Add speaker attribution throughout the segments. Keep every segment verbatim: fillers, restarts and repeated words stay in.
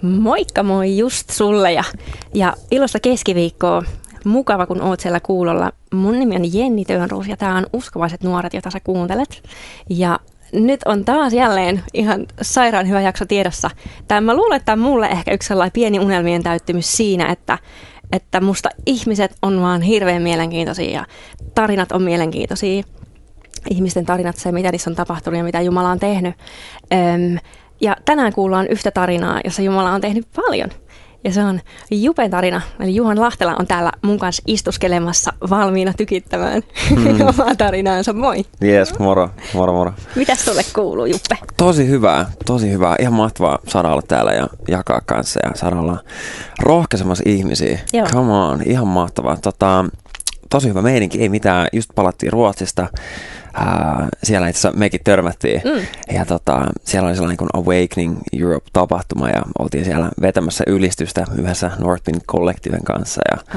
Speaker 1: Moikka moi just sulle ja, ja iloista keskiviikkoa. Mukava, kun oot siellä kuulolla. Mun nimi on Jenni Töönruus ja tää on Uskovaiset nuoret, jota sä kuuntelet. Ja nyt on taas jälleen ihan sairaan hyvä jakso tiedossa. Tää, mä luulen, että tämä on mulle ehkä yksi sellainen pieni unelmien täyttymys siinä, että, että musta ihmiset on vaan hirveän mielenkiintoisia ja tarinat on mielenkiintoisia. Ihmisten tarinat, se mitä niissä on tapahtunut ja mitä Jumala on tehnyt. Öm, Ja tänään kuullaan yhtä tarinaa, jossa Jumala on tehnyt paljon. Ja se on Jupen tarina. Eli Juhan Lahtela on täällä mun kanssa istuskelemassa valmiina tykittämään mm. omaa tarinaansa. Moi.
Speaker 2: Jees, moro, moro, moro.
Speaker 1: Mitäs sulle kuuluu, Juppe?
Speaker 2: Tosi hyvää, tosi hyvää. Ihan mahtavaa saada olla täällä ja jakaa kanssa ja saada olla rohkaisemassa ihmisiä. Joo. Come on, ihan mahtavaa. Tota, tosi hyvä meininki, ei mitään. Just palattiin Ruotsista. Uh, siellä itse asiassa mekin törmättiin mm. ja tota, siellä oli sellainen kuin Awakening Europe-tapahtuma ja oltiin siellä vetämässä ylistystä yhdessä Northwind Collectiven kanssa ja,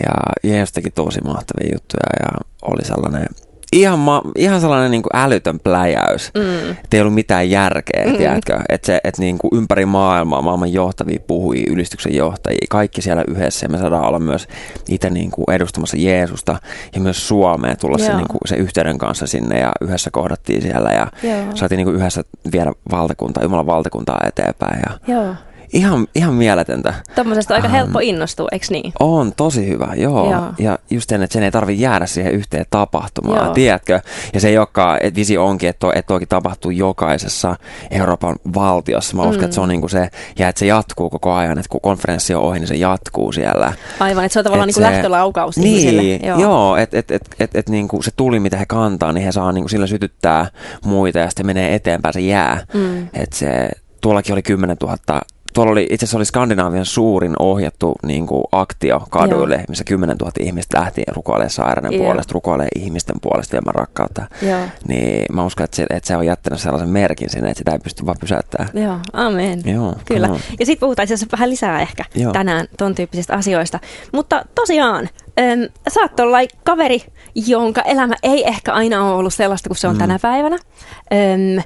Speaker 2: ja Jeesus teki tosi mahtavia juttuja ja oli sellainen ihan, ma- ihan sellainen niin kuin älytön pläjäys, mm. ettei ollut mitään järkeä, mm. tiedätkö, että se, et niin kuin ympäri maailmaa maailman johtavia puhujia, ylistyksen johtajia, kaikki siellä yhdessä ja me saadaan olla myös itse niin kuin edustamassa Jeesusta ja myös Suomea tulla se, niin kuin, se yhteyden kanssa sinne ja yhdessä kohdattiin siellä ja Joo. saatiin niin kuin yhdessä viedä valtakuntaa, Jumalan valtakuntaa eteenpäin ja Joo. Ihan, ihan mieletöntä.
Speaker 1: Tuommoisesta on aika helppo innostua, eikö niin?
Speaker 2: On, tosi hyvä, joo. joo. Ja just sen, että sen ei tarvitse jäädä siihen yhteen tapahtumaan, joo. tiedätkö? Ja se ei olekaan, että visio onkin, että, to, että toki tapahtuu jokaisessa Euroopan valtiossa. Mä uskon, mm. että se on niin kuin se, ja että se jatkuu koko ajan, että kun konferenssi on ohi, niin se jatkuu siellä.
Speaker 1: Aivan, että se on tavallaan
Speaker 2: et
Speaker 1: niin kuin lähtölaukaus
Speaker 2: niin,
Speaker 1: ihmisille.
Speaker 2: Joo, joo että et, et, et, et, niin kuin se tuli, mitä he kantaa, niin he saa niin kuin sillä sytyttää muita ja sitten menee eteenpäin, se jää. Mm. Että se, tuollakin oli kymmenen tuhatta. Tuolla oli, itse asiassa oli Skandinaavian suurin ohjattu niin kuin aktio kaduille, Joo. missä kymmenen tuhatta ihmistä lähti rukoilemaan sairaiden Joo. puolesta, rukoilemaan ihmisten puolesta ilman rakkautta. Joo. Niin mä uskon, että se, että se on jättänyt sellaisen merkin sinne, että sitä ei pysty vaan pysäyttämään.
Speaker 1: Joo, amen. Joo, Kyllä. Ja sitten puhutaan itse asiassa vähän lisää ehkä Joo. tänään ton tyyppisistä asioista. Mutta tosiaan, ähm, sä oot tollainen kaveri, jonka elämä ei ehkä aina ole ollut sellaista kuin se on mm. tänä päivänä. Ähm,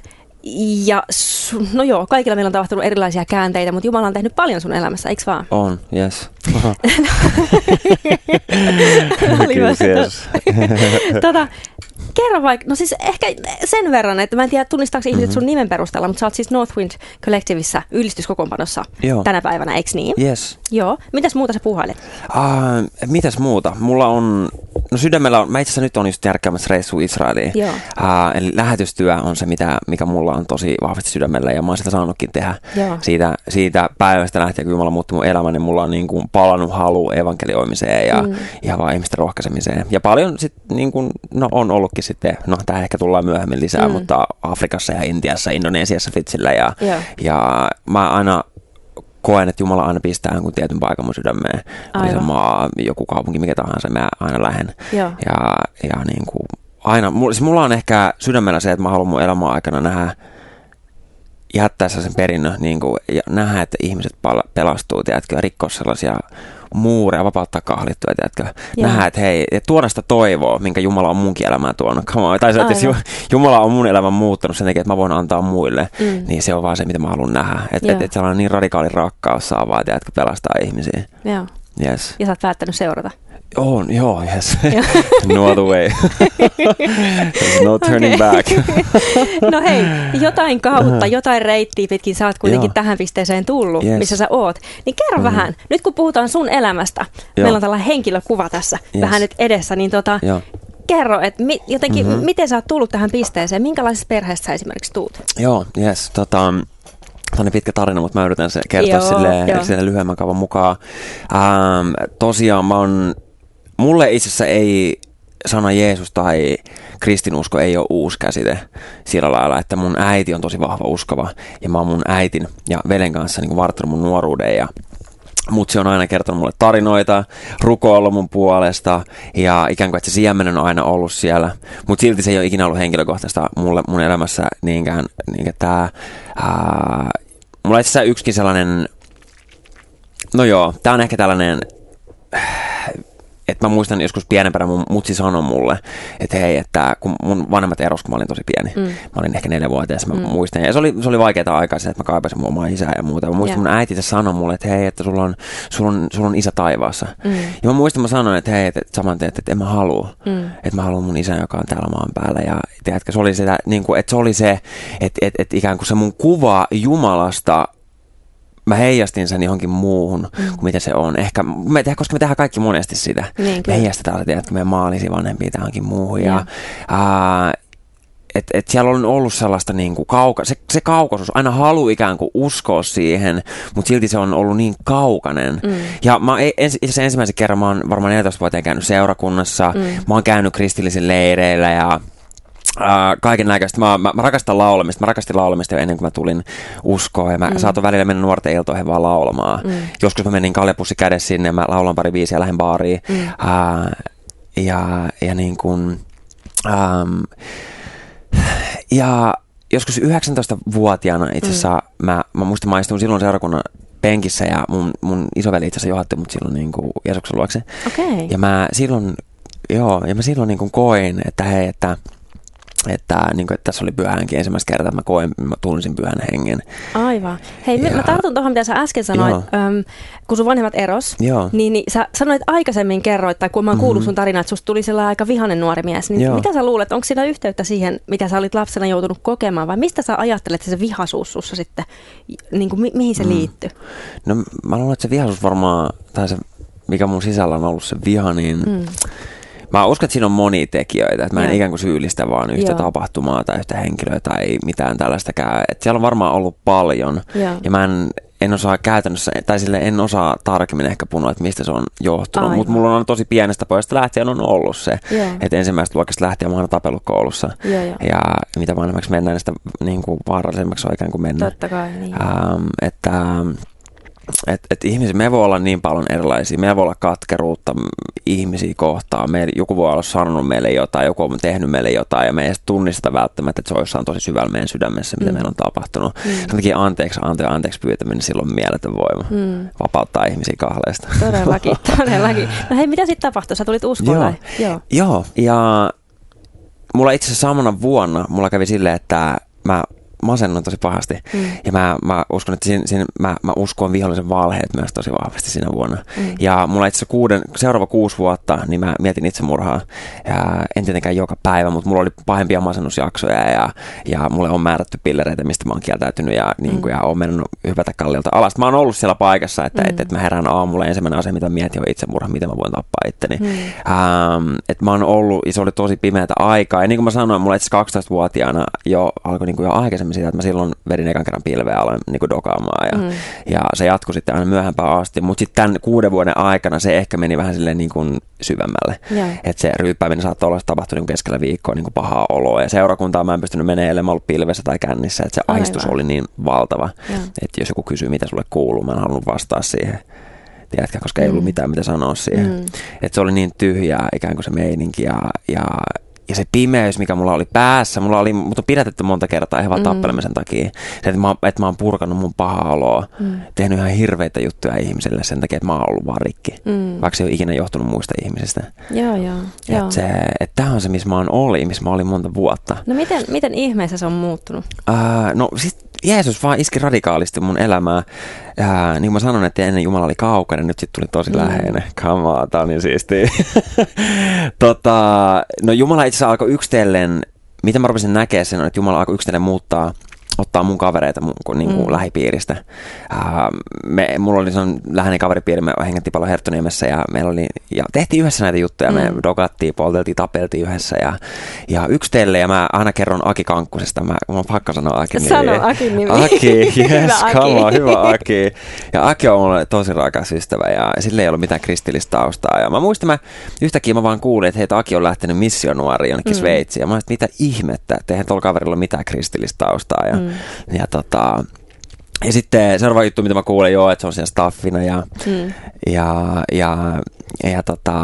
Speaker 1: Ja no joo, kaikilla meillä on tapahtunut erilaisia käänteitä, mutta Jumala on tehnyt paljon sun elämässä, eikö vaan?
Speaker 2: On, yes.
Speaker 1: tota, kerro vaikka, no siis ehkä sen verran, että mä en tiedä tunnistaako ihmiset mm-hmm. sun nimen perusteella, mutta sä oot siis Northwind Collectivessa ylistyskokoonpanossa joo. tänä päivänä, eikö niin?
Speaker 2: Yes.
Speaker 1: Joo. Mitäs muuta sä puuhailet?
Speaker 2: Uh, mitäs muuta? Mulla on, no sydämellä on, mä itse asiassa nyt on just järkkäämässä reissua Israeliin. Joo. Uh, eli lähetystyö on se, mitä, mikä mulla on tosi vahvasti sydämellä ja mä oon sitä saanutkin tehdä. Siitä, siitä päivästä lähtien, kun Jumala muutti mun elämän, niin mulla on niin kuin palannut halu evankelioimiseen ja mm. ihan vaan ihmisten rohkaisemiseen. Ja paljon sit niin kuin, no on ollutkin sitten, no tää ehkä tullaan myöhemmin lisää, mm. mutta Afrikassa ja Intiassa, Indonesiassa, Fitsillä ja, ja mä aina koen, että Jumala aina pistää jonkun tietyn paikan mun sydämeen. Oli se maa, joku kaupunki, mikä tahansa, mä aina lähden. Ja, ja niin kuin aina, mulla on ehkä sydämellä se, että mä haluan mun elämän aikana nähdä, jättää sen perinnön, niin kuin, ja nähdä, että ihmiset pal- pelastuu, tiedätkö, ja rikkoa sellaisia muureja, vapauttaa kahlittuja, tiedätkö. Joo. Nähdä, että hei, ja tuoda sitä toivoa, minkä Jumala on munkin elämään tuonut. Tai se, että jos Jumala on mun elämän muuttanut sen takia, että mä voin antaa muille, mm. niin se on vaan se, mitä mä haluan nähdä. Että et, et sellainen niin radikaali rakkaus saa vaan, tiedätkö, pelastaa ihmisiä.
Speaker 1: Joo.
Speaker 2: Yes.
Speaker 1: Ja sä oot päättänyt seurata.
Speaker 2: On, joo, yes. No other way. There's no turning okay. back.
Speaker 1: No hei, jotain kautta, jotain reittiä pitkin sä oot kuitenkin joo. tähän pisteeseen tullut, yes. missä sä oot. Niin kerro mm-hmm. vähän, nyt kun puhutaan sun elämästä, joo. meillä on tällainen henkilökuva tässä yes. vähän nyt edessä, niin tota, kerro, että mi- jotenkin, mm-hmm. miten sä oot tullut tähän pisteeseen, minkälaisesta perheestä sä esimerkiksi tuut?
Speaker 2: Joo, yes, tota... Tämä on pitkä tarina, mutta mä yritän se kertoa joo, silleen, silleen lyhyemmän kaavan mukaan. Ähm, tosiaan mä oon, mulle itse asiassa ei sana Jeesus tai kristinusko ei ole uusi käsite sillä lailla, että mun äiti on tosi vahva uskova ja mä oon mun äitin ja velen kanssa niin kuin varttanut mun nuoruuden ja mut se on aina kertonut mulle tarinoita, rukoillut mun puolesta ja ikään kuin, että se siemen on aina ollut siellä. Mutta silti se ei ole ikinä ollut henkilökohtaista mulle, mun elämässä niinkään, niinkään tää. Ää, mulla on itse asiassa yksikin sellainen, no joo, tää on ehkä tällainen että mä muistan joskus pienempänä mun mutsi sanoi mulle, että hei, että kun mun vanhemmat eros, kun mä olin tosi pieni. Mm. Mä olin ehkä neljävuotias, mä mm. muistan. Ja se oli, se oli vaikeaa aikaa, että mä kaipasin mun omaa isää ja muuta. Mä muistan, yeah. mun äiti sanoi mulle, että hei, että sulla on, sulla on, sulla on isä taivaassa. Mm. Ja mä muistan, mä sanoin, että hei, että saman teet, että en mä halua. Mm. Että mä haluan mun isän, joka on täällä maan päällä. Ja tiedätkö, se oli, sitä, niin kuin, että se, oli se, että, että, että ikään kuin se mun kuva Jumalasta, mä heijastin sen johonkin muuhun mm. kuin mitä se on. Ehkä, me te, koska me tehdään kaikki monesti sitä. Niin, me heijastetaan, tiedätkö, meidän maallisia vanhempia tähänkin muuhun. Ja, ja että et siellä on ollut sellaista niin kuin kauka, se, se kaukaisuus, aina halu ikään kuin uskoa siihen, mutta silti se on ollut niin kaukainen. Mm. Ja mä ens, itse ensimmäisen kerran mä oon varmaan neljätoistavuotiaan käynyt seurakunnassa, mm. mä oon käynyt kristillisillä leireillä ja Uh, kaiken näköistä. Mä, mä, mä rakastan laulamista. Mä rakastin laulamista jo ennen kuin mä tulin uskoon. Ja mä mm. saatoin välillä mennä nuorten iltoihin vaan laulamaan. Mm. Joskus mä menin kaljapussi kädessä sinne ja mä laulan pari biisiä ja lähden baariin. Mm. Uh, ja, ja niin kuin... Um, ja joskus yhdeksäntoistavuotiaana itse asiassa mm. mä, mä muistin, mä istuin silloin seurakunnan penkissä ja mun, mun isoveli itse asiassa johatti mut silloin niin kuin Jeesuksen luokse. Okay. Ja mä silloin, joo, ja mä silloin niin kuin koin, että hei, että Että, niin kuin, että tässä oli pyhä henki ensimmäistä kertaa, että mä koen, mä tunsin pyhän hengen. Aivan.
Speaker 1: Hei, ja, mä tartun tuohon, mitä sä äsken sanoit, äm, kun sun vanhemmat eros, niin, niin sä sanoit aikaisemmin kerroit, tai kun mä oon kuullut mm-hmm. sun tarinaa, että susta tuli sellainen aika vihainen nuori mies, niin Joo. mitä sä luulet, onko siinä yhteyttä siihen, mitä sä olit lapsena joutunut kokemaan, vai mistä sä ajattelet, että se vihaisuus sussa sitten, niin kuin, mi- mihin se mm. liittyy?
Speaker 2: No mä luulen, että se vihaisuus varmaan, tai se, mikä mun sisällä on ollut se viha, niin... Mm. Mä uskon, että siinä on monia tekijöitä, että mä en Joo. ikään kuin syyllistä vaan yhtä Joo. tapahtumaa tai yhtä henkilöä tai mitään tällaistakään. Että siellä on varmaan ollut paljon Joo. ja mä en, en osaa käytännössä, tai sille en osaa tarkemmin ehkä puhua, että mistä se on johtunut. Mutta mulla on tosi pienestä pojasta lähtien on ollut se, Joo. että ensimmäisestä luokasta lähtien mä oon tapellut koulussa. Joo, jo. Ja mitä vanhemmaksi mennään, niin sitä niin kuin vaarallisemmaksi on ikään kuin mennä.
Speaker 1: Totta kai, niin.
Speaker 2: Ähm, että... Että et ihmisiä, me voi olla niin paljon erilaisia, meillä voi olla katkeruutta ihmisiä kohtaan, meillä, joku voi olla sanonut meille jotain, joku on tehnyt meille jotain ja me ei edes tunnista välttämättä, että se on jossain tosi syvällä meidän sydämessä, mitä mm. meillä on tapahtunut. Mm. Sen takia anteeksi, anteeksi, anteeksi pyytäminen silloin mieletön voima, mm. vapauttaa ihmisiä kahleista.
Speaker 1: Todellakin, todellakin. No hei, mitä sitten tapahtui? Sä tulit uskoon
Speaker 2: Joo. Joo. Joo, ja mulla itse asiassa samana vuonna mulla kävi silleen, että mä masennuin tosi pahasti. Mm. Ja mä, mä uskon, että siinä, siinä, mä, mä uskon vihollisen valheet myös tosi vahvasti siinä vuonna. Mm. Ja mulla itse asiassa kuuden, seuraava kuusi vuotta, niin mä mietin itsemurhaa. Ja en tietenkään joka päivä, mutta mulla oli pahempia masennusjaksoja ja, ja mulle on määrätty pillereitä, mistä mä oon kieltäytynyt ja, mm. niin kuin, ja oon mennyt hypätä kalliolta alas. Mä oon ollut siellä paikassa, että mm. et, et mä herään aamulla. Ensimmäinen asia, mitä mietin, on itsemurha, miten mä voin tappaa itteni. Mm. Ähm, että mä oon ollut, ja se oli tosi pimeätä aikaa. Ja niin kuin mä sanoin, mulla itse asiassa kaksitoistavuotiaana jo alkoi niin kuin jo aikaisemmin sitä, että mä silloin vedin ekan kerran pilveä, aloin niin kuin dokaamaan ja, mm. ja se jatkui sitten aina myöhempään asti, mutta sitten tämän kuuden vuoden aikana se ehkä meni vähän silleen niin kuin syvemmälle, että se ryyppääminen saattoi olla tapahtunut niin keskellä viikkoa niin kuin pahaa oloa ja seurakuntaa mä en pystynyt menemään, ellei mä ollut pilvessä tai kännissä, että se Aivan. aistus oli niin valtava, ja. että jos joku kysyy mitä sulle kuuluu, mä en halunnut vastaa siihen. Tiedätkö, koska mm. ei ollut mitään mitä sanoa siihen. Mm. Että se oli niin tyhjää ikään kuin se meininki ja, ja Ja se pimeys, mikä mulla oli päässä, mulla oli, mut on pidätetty monta kertaa ihan vaan mm. tappelemisen takia. Se, että mä, että mä oon purkanut mun pahaa oloa, mm. tehnyt ihan hirveitä juttuja ihmisille sen takia, että mä oon ollut vaan rikki. Mm. Vaikka se ei ole ikinä johtunut muista ihmisistä.
Speaker 1: Joo, joo. Että
Speaker 2: se, että tää on se, missä mä oon oli, missä mä olin monta vuotta.
Speaker 1: No miten, miten ihmeessä se on muuttunut?
Speaker 2: Uh, no siis Jeesus vaan iski radikaalisti mun elämää. Ja, niin kuin mä sanon, että ennen Jumala oli kaukainen, nyt sitten tuli tosi mm. läheinen. Come on, tää on niin siistiä. tota, no Jumala itse asiassa alkoi yksitellen, mitä mä rupesin näkemään sen, että Jumala alkoi yksitellen muuttaa, ottaa mun kavereita mun niin kuin mm. lähipiiristä. Uh, me, mulla oli sellainen läheinen kaveripiiri, me hengättiin paljon Herttoniemessä ja meillä oli, ja tehtiin yhdessä näitä juttuja, mm. me dogattiin, polteltiin, tapeltiin yhdessä ja, ja yksitellen, ja mä aina kerron Aki Kankkusesta, mä, mä oon pakka sanoa Akin nimi.
Speaker 1: Sano Akin nimi.
Speaker 2: Aki, yes, come on, hyvä Aki. Ja Aki on mulle tosi rakas ystävä ja sillä ei ollut mitään kristillistä taustaa. Ja mä muistin, mä yhtäkkiä mä vaan kuulin, että hei, Aki on lähtenyt missionuariin jonnekin mm. Sveitsiin. Ja mä ajattelin, mitä ihmettä, että eihän tuolla kaverilla ole mitään kristillistä taustaa. Ja, mm. ja, tota, ja sitten seuraava juttu, mitä mä kuulen, joo, että se on siellä staffina ja, mm. ja, ja, ja, ja tota,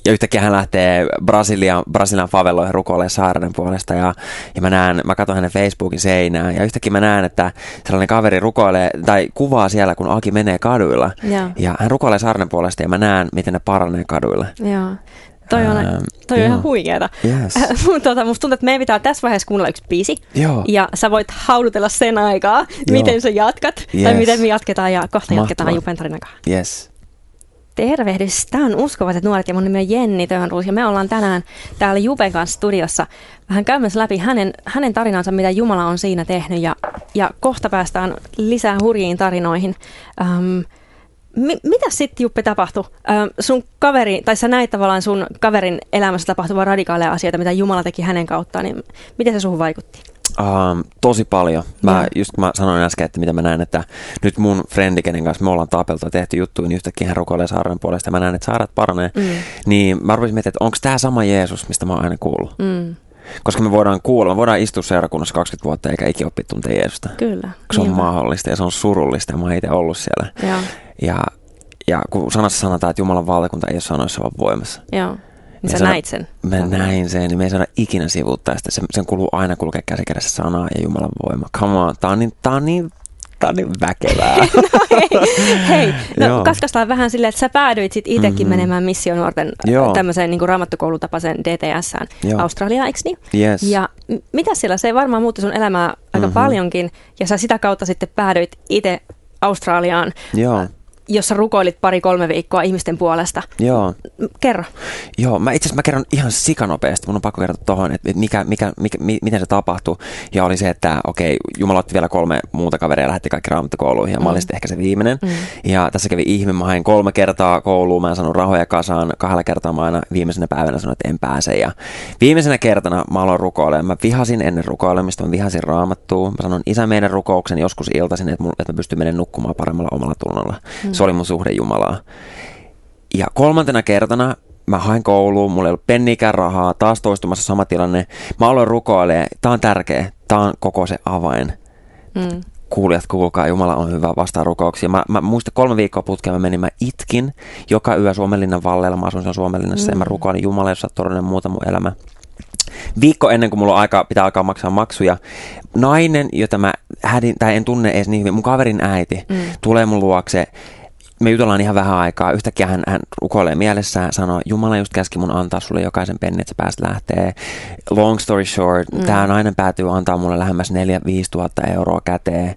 Speaker 2: ja yhtäkkiä hän lähtee Brasilian, Brasilian faveloihin rukoilemaan sairauden puolesta ja, ja mä näen, mä katson hänen Facebookin seinään ja yhtäkkiä mä näen, että sellainen kaveri rukoilee tai kuvaa siellä, kun Aki menee kaduilla ja, ja hän rukoilee sairauden puolesta ja mä näen, miten ne paranee kaduilla.
Speaker 1: Joo. Toi on, ähm, toi on ihan huikeeta.
Speaker 2: Yes.
Speaker 1: tota, musta tuntuu, että meidän pitää tässä vaiheessa kuunnella yksi biisi.
Speaker 2: Joo.
Speaker 1: Ja sä voit haudutella sen aikaa, Joo. miten sä jatkat. Yes. Tai miten me jatketaan ja kohta Mahtavaa. Jatketaan Jupen tarinakaan.
Speaker 2: Yes.
Speaker 1: Tervehdys. Tämä on Uskovaiset nuoret ja mun nimi on Jenni Tönruus. Ja me ollaan tänään täällä Jupen kanssa studiossa vähän käymässä läpi hänen, hänen tarinansa, mitä Jumala on siinä tehnyt. Ja, ja kohta päästään lisää hurjiin tarinoihin. Um, Mi- mitä sitten, Juppe, tapahtui? Ähm, sun kaveri, tai sä näit tavallaan sun kaverin elämässä tapahtuvaa radikaaleja asioita, mitä Jumala teki hänen kauttaan, niin miten se suhun vaikutti?
Speaker 2: Um, tosi paljon. Mä, just kun mä sanoin äsken, että mitä mä näen, että nyt mun frendi, kenen kanssa me ollaan tapeltu ja tehty juttuja, niin yhtäkkiä hän rukoilee sairaan puolesta ja mä näen, että sairaat paranee. Mm. Niin mä rupesin miettimään, että onko tää sama Jeesus, mistä mä oon aina kuullut. Mm. Koska me voidaan kuulla, me voidaan istua seurakunnassa kaksikymmentä vuotta eikä ikinä oppi tuntea Jeesusta.
Speaker 1: Kyllä.
Speaker 2: Se on mahdollista ja se on surullista ja mä oon itse ollut siellä.
Speaker 1: Ja,
Speaker 2: ja, ja kun sanassa sanotaan, että Jumalan valtakunta ei ole sanoissa vaan voimassa.
Speaker 1: Joo. Niin sä näit sen.
Speaker 2: Mä näin sen, niin me ei saada ikinä sivuuttaa sitä. Sen, sen kuuluu aina kulkea käsi kädessä sanaa ja Jumalan voima. Come on, tää on niin, tää on niin, tää on niin väkevää.
Speaker 1: no hei, hei. No kaskastaan vähän silleen, että sä päädyit sit itekin mm-hmm. menemään missionuorten tämmöiseen niin kuin raamattokoulutapaiseen D T S:ään Australiaan, eikö niin?
Speaker 2: Yes.
Speaker 1: Ja mitä siellä, se varmaan muutti sun elämää aika mm-hmm. paljonkin, ja sä sitä kautta sitten päädyit itse Australiaan.
Speaker 2: Joo.
Speaker 1: Jossa rukoilit pari-kolme viikkoa ihmisten puolesta.
Speaker 2: Joo.
Speaker 1: Kerro.
Speaker 2: Joo, mä itse asiassa mä kerron ihan sikanopeasti. Mun on pakko kertoa tohon, että mikä, mikä, mikä, miten se tapahtui. Ja oli se, että okei, Jumala otti vielä kolme muuta kaveria ja lähetti kaikki raamattokouluihin. Ja mm. mä olin sitten ehkä se viimeinen. Mm. Ja tässä kävi ihme. Mä hain kolme kertaa kouluun. Mä en saanut rahoja kasaan. Kahdella kertaa mä aina viimeisenä päivänä sanoin, että en pääse. Ja viimeisenä kertana mä aloin rukoilemaan. Mä vihasin ennen rukoilemista. Mä vihasin raamattua. Mä sanon Isä meidän rukouksen joskus iltaisin, että, mun, että mä pystyn menemään nukkumaan paremmalla omalla tunnolla. Mm. Se oli mun suhde Jumalaa. Ja kolmantena kertana mä hain kouluun, mulla ei ollut penniikään rahaa, taas toistumassa sama tilanne. Mä aloin rukoilemaan, tää on tärkeä, tää on koko se avain. Mm. Kuulijat, kuulkaa, Jumala on hyvä, vastaa rukouksia. Mä, mä muistan kolme viikkoa putkeen, mä menin, mä itkin joka yö Suomenlinnan valleilla, mä asun siellä Suomenlinnassa, mm. ja mä rukoilin Jumala, jos sä oot todellinen muuta mun elämä. Viikko ennen kuin mulla on aika, pitää alkaa maksaa maksuja, nainen, jota mä hädin, tai en tunne edes niin hyvin, mun kaverin äiti, mm. tulee mun luokse. Me jutellaan ihan vähän aikaa. Yhtäkkiä hän, hän rukoilee mielessään, sanoo, Jumala just käski mun antaa sulle jokaisen pennin, että sä pääst lähtee. Long story short, mm. tää nainen päätyy antaa mulle lähemmäs neljä viisi tuhatta euroa käteen.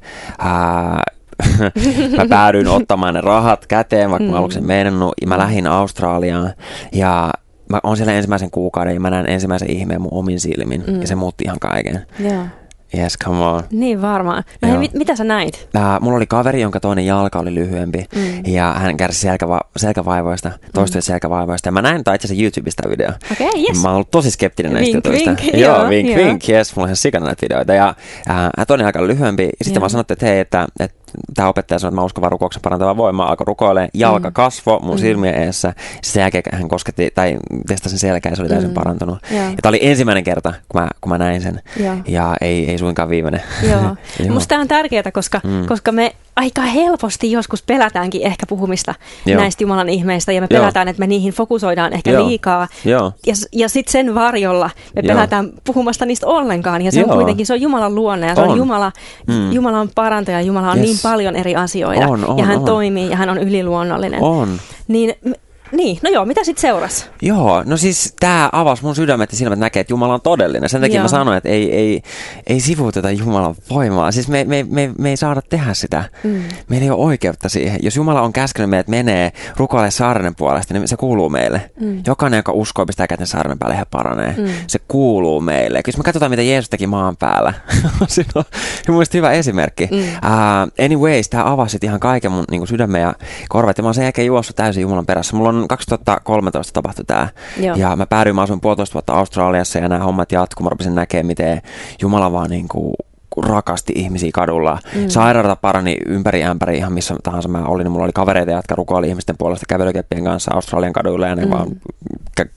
Speaker 2: Uh, mä päädyin ottamaan ne rahat käteen, vaikka mm. mä aluksi mennyt. Ja mä lähdin Australiaan ja mä oon siellä ensimmäisen kuukauden ja mä näen ensimmäisen ihmeen mun omin silmin. Mm. Ja se muutti ihan kaiken.
Speaker 1: Yeah.
Speaker 2: Yes, come on.
Speaker 1: Niin varmaan. No hei, mit, mitä sä näit?
Speaker 2: Äh, mulla oli kaveri, jonka toinen jalka oli lyhyempi mm. ja hän kärsi selkäva- selkävaivoista, toistuvista mm. selkävaivoista. Ja mä näin itse asiassa YouTubesta video.
Speaker 1: Okei, okay, yes.
Speaker 2: Mä oon ollut tosi skeptinen näistä
Speaker 1: vink,
Speaker 2: jutuista.
Speaker 1: Vink,
Speaker 2: joo,
Speaker 1: joo,
Speaker 2: vink,
Speaker 1: joo.
Speaker 2: vink, yes. Mulla on ihan sikana näitä videoita. Ja äh, toinen jalka oli lyhyempi. Ja sitten mä sanoin, että hei, että, että tämä opettaja sanoi, että mä uskon vaan rukouksen parantavaa voimaa. Alkoi rukoilemaan, jalka mm. kasvoi mun mm. silmien eessä. Sen jälkeen hän kosketti, tai testasi sen selkää ja se oli täysin mm. parantunut. Ja, ja tämä oli ensimmäinen kerta, kun mä, kun mä näin sen. Ja, ja ei, ei suinkaan viimeinen.
Speaker 1: Joo. Musta tämä on tärkeää, koska, mm. koska me aika helposti joskus pelätäänkin ehkä puhumista Joo. näistä Jumalan ihmeistä. Ja me pelätään, Joo. että me niihin fokusoidaan ehkä Joo. liikaa. Joo. Ja, ja sitten sen varjolla me Joo. pelätään puhumasta niistä ollenkaan. Ja se Joo. on kuitenkin, se on Jumalan luonne. Ja se on, on Jumala, mm. Jumala on parantaja. Jumala on yes. niin paljon eri asioita. On, on, ja hän on. toimii ja hän on yliluonnollinen.
Speaker 2: On.
Speaker 1: Niin... Niin, no joo, mitä sitten seurasi?
Speaker 2: Joo, no siis tämä avasi mun sydämet ja silmät näkee, että Jumala on todellinen. Sen takia joo. mä sanoin, että ei, ei, ei sivuuteta Jumalan voimaa. Siis me, me, me, me ei saada tehdä sitä. Mm. Meillä ei ole oikeutta siihen. Jos Jumala on käskenyt meidät menee rukoilemaan saarnen puolesta, niin se kuuluu meille. Mm. Jokainen, joka uskoo, pistää käten saarnen päälle ja paranee. Mm. Se kuuluu meille. Jos me katsotaan, mitä Jeesus teki maan päällä. Se on mun mielestä hyvä esimerkki. Mm. Uh, anyways, tämä avasi ihan kaiken mun niin kuin sydämen ja korvat. Ja mä oon sen jälkeen juossut täysin Jumalan perässä. Mulla on kaksituhattakolmetoista tapahtui tämä. Joo. Ja mä päädyin, mä asuin puolitoista vuotta Australiassa ja nämä hommat jatkuu. Mä rupesin näkemään, miten Jumala vaan niin kuin rakasti ihmisiä kadulla. Mm. Sairaata parani ympäri ämpäri ihan missä tahansa mä olin. Mulla oli kavereita, jotka rukoili ihmisten puolesta kävelykeppien kanssa Australian kaduilla ja ne mm. vaan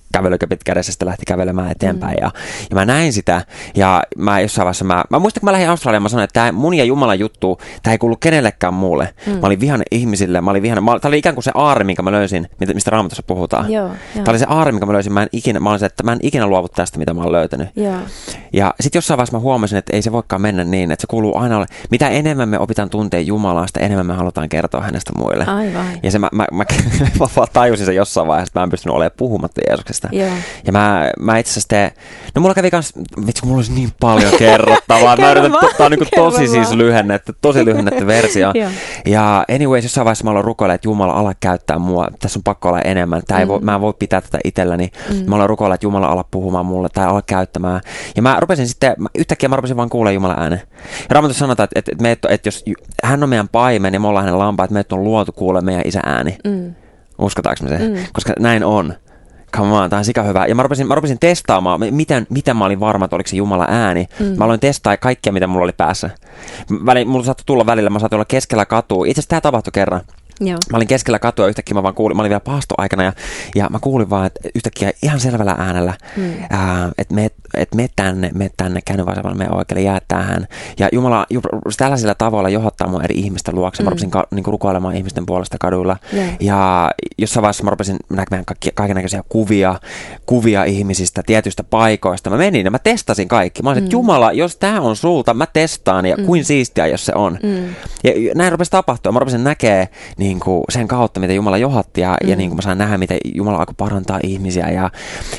Speaker 2: kävelyköpit kädessä, sitten lähti kävelemään eteenpäin. Mm. Ja, ja mä näin sitä, ja mä jossain vaiheessa, mä, mä muistan, kun mä lähdin Australiaan, mä sanoin, että tää mun ja Jumalan juttu, tää ei kuulu kenellekään muulle. Mm. Mä olin vihainen ihmisille, mä olin vihainen, mä, tää oli ikään kuin se aarre, minkä mä löysin, mistä Raamatussa puhutaan. Joo, tää oli se aarre, minkä mä löysin, mä en ikinä, mä olin se, että mä en ikinä luovu tästä, mitä mä oon löytänyt. Joo. Ja sitten jossain vaiheessa mä huomasin, että ei se voikaan mennä niin, että se kuuluu aina ole, mitä enemmän me opitaan tuntea Jumalaa, sitä enemmän me halutaan kertoa hänestä muille.
Speaker 1: Aivan. Ja
Speaker 2: se mä, mä, mä, mä vaan tajusin sen jossain vaiheessa, että mä en pystynyt olemaan puhumatta Jeesuksesta. Joo. Ja mä, mä itse asiassa te, no mulla kävi kans, vitsi kun mulla olisi niin paljon kerrottavaa. Mä yritän, tää on niin tosi siis lyhennetty, tosi lyhennetty versio. Ja anyways, jossain vaiheessa mä aloin rukoilla, että Jumala ala käyttää mua, tässä on pakko olla enemmän. Tää ei mm. voi, mä en voi pitää tätä itselläni. Mm. Mä aloin rukoilla, että Jumala ala puhumaan mulle tai ala käyttämään. Ja mä rupesin sitten, yhtäkkiä mä rupesin vaan kuulemaan Jumalan äänen. Ja Raamatussa sanotaan, että, että, että, me, että jos hän on meidän paimen ja me ollaan hänen lampaa, että meidät on luotu kuulemaan meidän isän ääni. Mm. Uskotaanko me se? Mm. Koska näin on. Come on, tää on sika hyvä. Ja mä rupesin, mä rupesin testaamaan, miten, miten mä olin varma, että oliko se Jumalan ääni. Mm. Mä aloin testaa kaikkea, mitä mulla oli päässä. Väli, mulla saattoi tulla välillä, mä saattoi olla keskellä katua. Itse asiassa tää tapahtui kerran. Joo. Mä olin keskellä katua ja yhtäkkiä mä vaan kuulin, mä olin vielä paastoaikana ja, ja mä kuulin vaan, että yhtäkkiä ihan selvällä äänellä, mm. että me, et me tänne, me tänne, käänny vasemmalle, me oikealle, jää tähän. Ja Jumala tällaisilla tavoilla johottaa mun eri ihmisten luokse. Mm. Mä rupesin ka, niinku rukoilemaan ihmisten puolesta kaduilla. Yeah. Ja jossain vaiheessa mä rupesin näkemään kaikennäköisiä kuvia, kuvia ihmisistä, tietyistä paikoista. Mä menin ja mä testasin kaikki. Mä olisin, että mm. Jumala, jos tää on sulta, mä testaan ja mm. kuin siistiä, jos se on. Mm. Ja näin rupesi tapahtua. Mä rupesin näkemään niin kuin sen kautta, mitä Jumala johatti ja, mm. ja niin kuin mä saan nähdä, miten Jumala alkoi parantaa ihmisiä ja,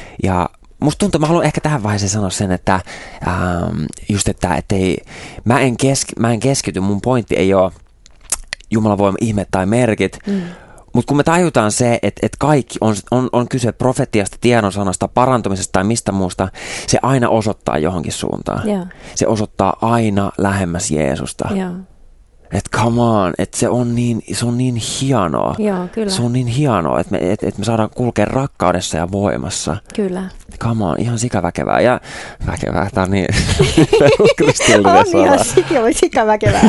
Speaker 2: ja musta tuntuu, mä haluan ehkä tähän vaiheeseen sanoa sen, että ähm, just, että ettei, mä, en keski, mä en keskity, mun pointti ei ole Jumalan voima, ihme tai merkit, mm. mutta kun me tajutaan se, että, että kaikki on, on, on kyse profetiasta, tiedonsanasta, parantumisesta tai mistä muusta, se aina osoittaa johonkin suuntaan. Yeah. Se osoittaa aina lähemmäs Jeesusta. Yeah. Että come on, että se on niin, se on niin hienoa.
Speaker 1: Joo, kyllä.
Speaker 2: Se on niin hienoa, että me, et, et me saadaan kulkea rakkaudessa ja voimassa.
Speaker 1: Kyllä.
Speaker 2: Come on, ihan sikaväkevää. Ja väkevää, tää on niin peruskristillinen
Speaker 1: on sana. On ihan sikaväkevää.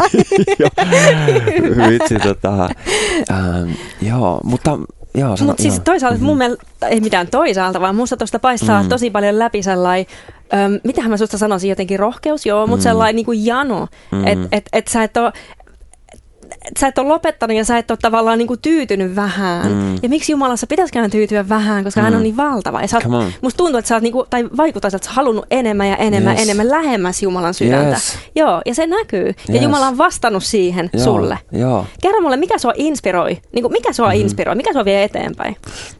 Speaker 2: Vitsi, tota. Ähm, joo, mutta...
Speaker 1: Mutta siis toisaalta mm-hmm. mun mielestä, ei mitään toisaalta, vaan musta tuosta paistaa mm. tosi paljon läpi sellainen, öm, mitähän mä susta sanoisin, jotenkin rohkeus, joo, mutta mm. sellainen niin kuin jano, mm. että et, et sä et ole... sä et ole lopettanut ja sä et ole tavallaan niin kuin tyytynyt vähän. Mm. Ja miksi Jumalassa pitäisikään tyytyä vähän, koska mm. hän on niin valtava. Ja sä oot, musta tuntuu, että sä oot, niin kuin, tai vaikuttaa, että sä oot halunnut enemmän ja enemmän, yes. enemmän lähemmäs Jumalan sydäntä. Yes. Joo, ja se näkyy. Yes. Ja Jumala on vastannut siihen Joo. sulle. Joo. Kerro mulle, mikä sua inspiroi? Niin kuin, mikä sua mm-hmm. inspiroi? Mikä sua vie eteenpäin?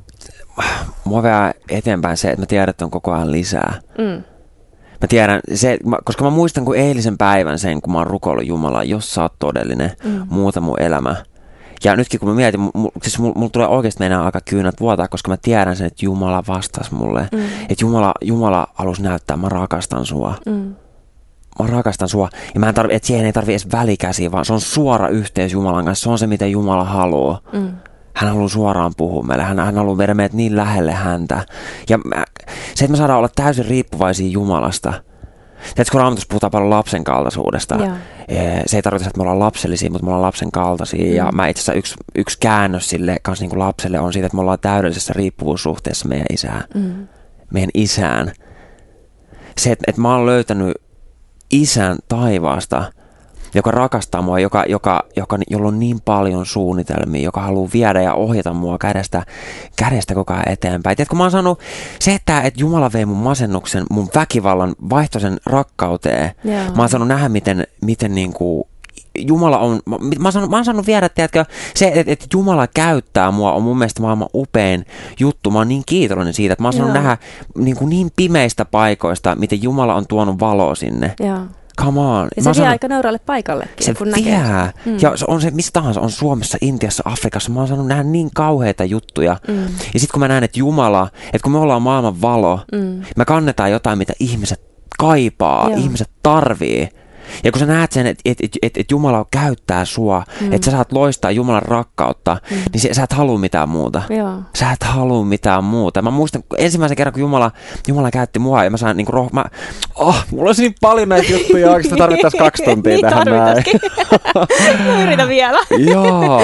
Speaker 2: Mua vie eteenpäin se, että mä tiedän, että on koko ajan lisää. Mm. Mä tiedän, se, koska mä muistan kun eilisen päivän sen, kun mä oon rukoillut Jumalaa, jos sä oot todellinen, mm. muuta mun elämä. Ja nytkin kun mä mietin, mulla siis mul, mul tulee oikeasti meinaa aika kyynät vuotaa, koska mä tiedän sen, että Jumala vastasi mulle. Mm. Että Jumala, Jumala halusi näyttää, mä rakastan sua. Mm. Mä rakastan sua. Ja mä en tarvi, että siihen ei tarvi edes välikäsiä, vaan se on suora yhteys Jumalan kanssa. Se on se, mitä Jumala haluaa. Mm. Hän haluaa suoraan puhua meille. Hän, hän haluaa viedä meidät niin lähelle häntä. Ja mä, se, että me saadaan olla täysin riippuvaisia Jumalasta. Tiedätkö, kun Raamatussa puhutaan paljon lapsen kaltaisuudesta. Yeah. Se ei tarkoita, että me ollaan lapsellisia, mutta me ollaan lapsen kaltaisia. Mm. Ja mä itse asiassa yksi, yksi käännös sille kanssa niin kuin lapselle on siitä, että me ollaan täydellisessä riippuvuussuhteessa meidän isään. Mm. Meidän isään. Se, että, että mä oon löytänyt isän taivaasta, joka rakastaa mua, joka, joka, joka, jolla on niin paljon suunnitelmia, joka haluaa viedä ja ohjata mua kädestä, kädestä koko ajan eteenpäin. Tiedätkö, mä oon saanut se, että, että Jumala vei mun masennuksen, mun väkivallan, vaihtoisen rakkauteen. Yeah. Mä oon saanut nähdä, miten, miten niin kuin Jumala on, mä, mä, oon saanut, mä oon saanut viedä, tiedätkö, se, että, että Jumala käyttää mua on mun mielestä maailman upein juttu. Mä oon niin kiitollinen siitä, että mä oon saanut yeah. nähdä niin, kuin niin pimeistä paikoista, miten Jumala on tuonut valoa sinne. Yeah. Come on.
Speaker 1: Ja se vie aika nöyrälle paikallekin.
Speaker 2: Se kun vie. Mm. Ja se on se, missä tahansa, on Suomessa, Intiassa, Afrikassa. Mä oon saanut nähdä niin kauheita juttuja. Mm. Ja sit kun mä näen, että Jumala, että kun me ollaan maailman valo, mm. me kannetaan jotain, mitä ihmiset kaipaa, Joo. ihmiset tarvii. Ja kun sä näet sen, että et, et, et, et Jumala käyttää sua, mm. että sä saat loistaa Jumalan rakkautta, mm. niin sä, sä et halua mitään muuta. Joo. Sä et halua mitään muuta. Mä muistan ensimmäisen kerran, kun Jumala, Jumala käytti mua ja mä sain niinku roh... Mä, oh, mulla olisi niin paljon näitä juttuja, oikeastaan tarvittaisiin kaksi tuntia
Speaker 1: niin
Speaker 2: tähän näin.
Speaker 1: Mä yritän vielä.
Speaker 2: Joo.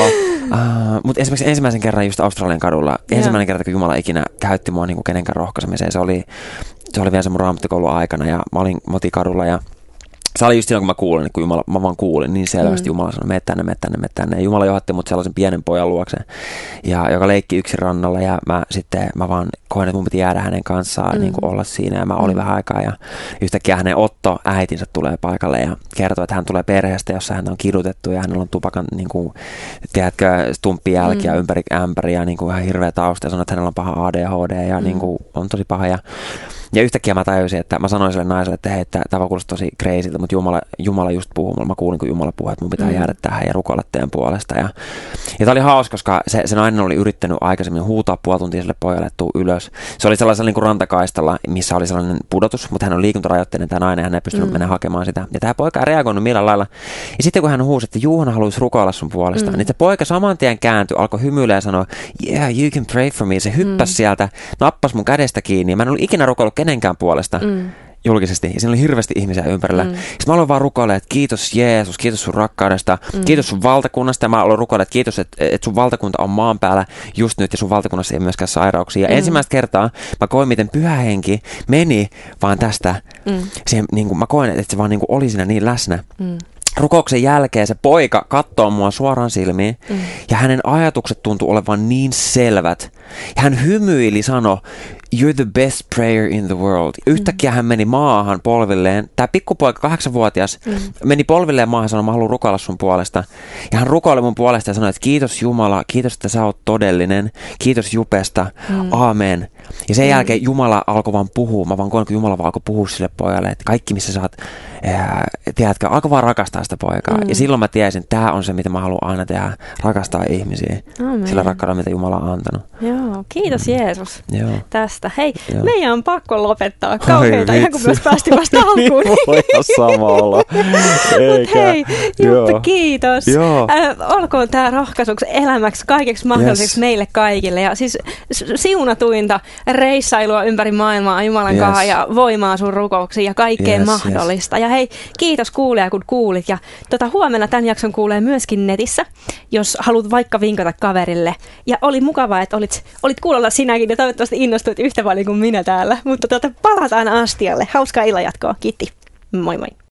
Speaker 2: Uh, mutta esimerkiksi ensimmäisen kerran just Australian kadulla, yeah. ensimmäinen kerta, kun Jumala ikinä käytti mua niin kuin kenenkään rohkaisemiseen, se oli, se oli vielä se mun raamattokoulun aikana ja mä olin motikadulla ja se oli just silloin, kun mä kuulin, niin kun Jumala, mä vaan kuulin niin selvästi, mm. Jumala sanoi, mene tänne, mene tänne, mene tänne. Ja Jumala johatti mut sellaisen pienen pojan luokse, ja, joka leikki yksin rannalla, ja mä sitten, mä vaan koin, että mun piti jäädä hänen kanssaan, mm. niin kuin olla siinä, ja mä olin mm. vähän aikaa, ja yhtäkkiä hänen Otto, äitinsä, tulee paikalle, ja kertoo, että hän tulee perheestä, jossa häntä on kidutettu, ja hänellä on tupakan, niin kuin, tiedätkö, stumppijälkiä mm. ympäri ämpäriä, niin kuin ihan hirveä tausta, ja sanoi, että hänellä on paha A D H D, ja mm. niin kuin, on tosi paha, ja Ja yhtäkkiä mä tajusin, että mä sanoin sille naiselle, että hei, että tämä kuulostaa tosi crazyltä, mutta Jumala, Jumala just puhuu. Mä kuulin, kun Jumala puhuu, että mun pitää mm. jäädä tähän ja rukoilla teidän puolesta. Ja, ja tää oli hauska, koska se, se nainen oli yrittänyt aikaisemmin huutaa puoli tuntia sille pojalle, että tuu ylös. Se oli sellaisella niin kuin rantakaistalla, missä oli sellainen pudotus, mutta hän on liikuntarajoitteinen tämä nainen, hän ei pystynyt mm. mennä hakemaan sitä. Ja tämä poika ei reagoinut millään lailla. Ja sitten kun hän huusi, että Juhana haluaisi rukoilla sun puolesta, mm. niin se poika saman tien kääntyi, alkoi hymyillä ja sanoi, yeah, you can pray for me. Se hyppäsi mm. sieltä, nappasi mun kädestä kiinni ja mä en ollut ikinä rukoillut kenenkään puolesta. Mm. julkisesti, ja siinä oli hirveästi ihmisiä ympärillä. Mm. Sitten mä aloin vaan rukoilla, että kiitos Jeesus, kiitos sun rakkaudesta, mm. kiitos sun valtakunnasta, ja mä aloin rukoilla, että kiitos, että, että sun valtakunta on maan päällä just nyt, ja sun valtakunnassa ei myöskään sairauksia. Ja mm. ensimmäistä kertaa mä koin, miten Pyhä Henki meni vaan tästä, mm. siihen, niin kuin, mä koin, että se vaan niin kuin oli siinä niin läsnä. Mm. Rukouksen jälkeen se poika katsoo mua suoraan silmiin, mm. ja hänen ajatukset tuntui olevan niin selvät. Ja hän hymyili, sanoi, you're the best prayer in the world. Yhtäkkiä hän meni maahan polvilleen. Tämä pikkupoika, kahdeksanvuotias, mm. meni polvilleen maahan ja sanoi, mä haluan rukoilla sun puolesta. Ja hän rukoili mun puolesta ja sanoi, että kiitos Jumala, kiitos, että sä oot todellinen. Kiitos Jupesta, mm. aamen. Ja sen mm. jälkeen Jumala alkoi vaan puhua. Mä vaan koin, kun Jumala vaan alkoi puhua sille pojalle, että kaikki missä sä oot, ää, tiedätkö, alkoi vaan rakastaa sitä poikaa. Mm. Ja silloin mä tiesin, että tää on se, mitä mä haluan aina tehdä, rakastaa ihmisiä. Amen. Sillä rakkaudella, mitä Jumala on antanut.
Speaker 1: Joo, kiitos Jeesus
Speaker 2: Joo.
Speaker 1: tästä. Hei, Joo. meidän on pakko lopettaa kauheita, ihan kun myös päästiin vasta alkuun.
Speaker 2: Niin voi ihan samalla.
Speaker 1: Mutta hei, Jutta, kiitos. Äh, olkoon tämä rohkaisuksi elämäksi kaikeksi mahdolliseksi yes. meille kaikille. Ja siis siunatuinta reissailua ympäri maailmaa Jumalan yes. kanssa ja voimaa sun rukouksiin ja kaikkea yes, mahdollista. Yes. Ja hei, kiitos kuulija, kun kuulit. Ja tota, huomenna tämän jakson kuulee myöskin netissä, jos haluat vaikka vinkata kaverille. Ja oli mukavaa, että olit, olit kuulolla sinäkin ja toivottavasti innostuit yhtä paljon kuin minä täällä. Mutta tota, palataan astialle. Hauskaa illanjatkoa. Kiitti. Moi moi.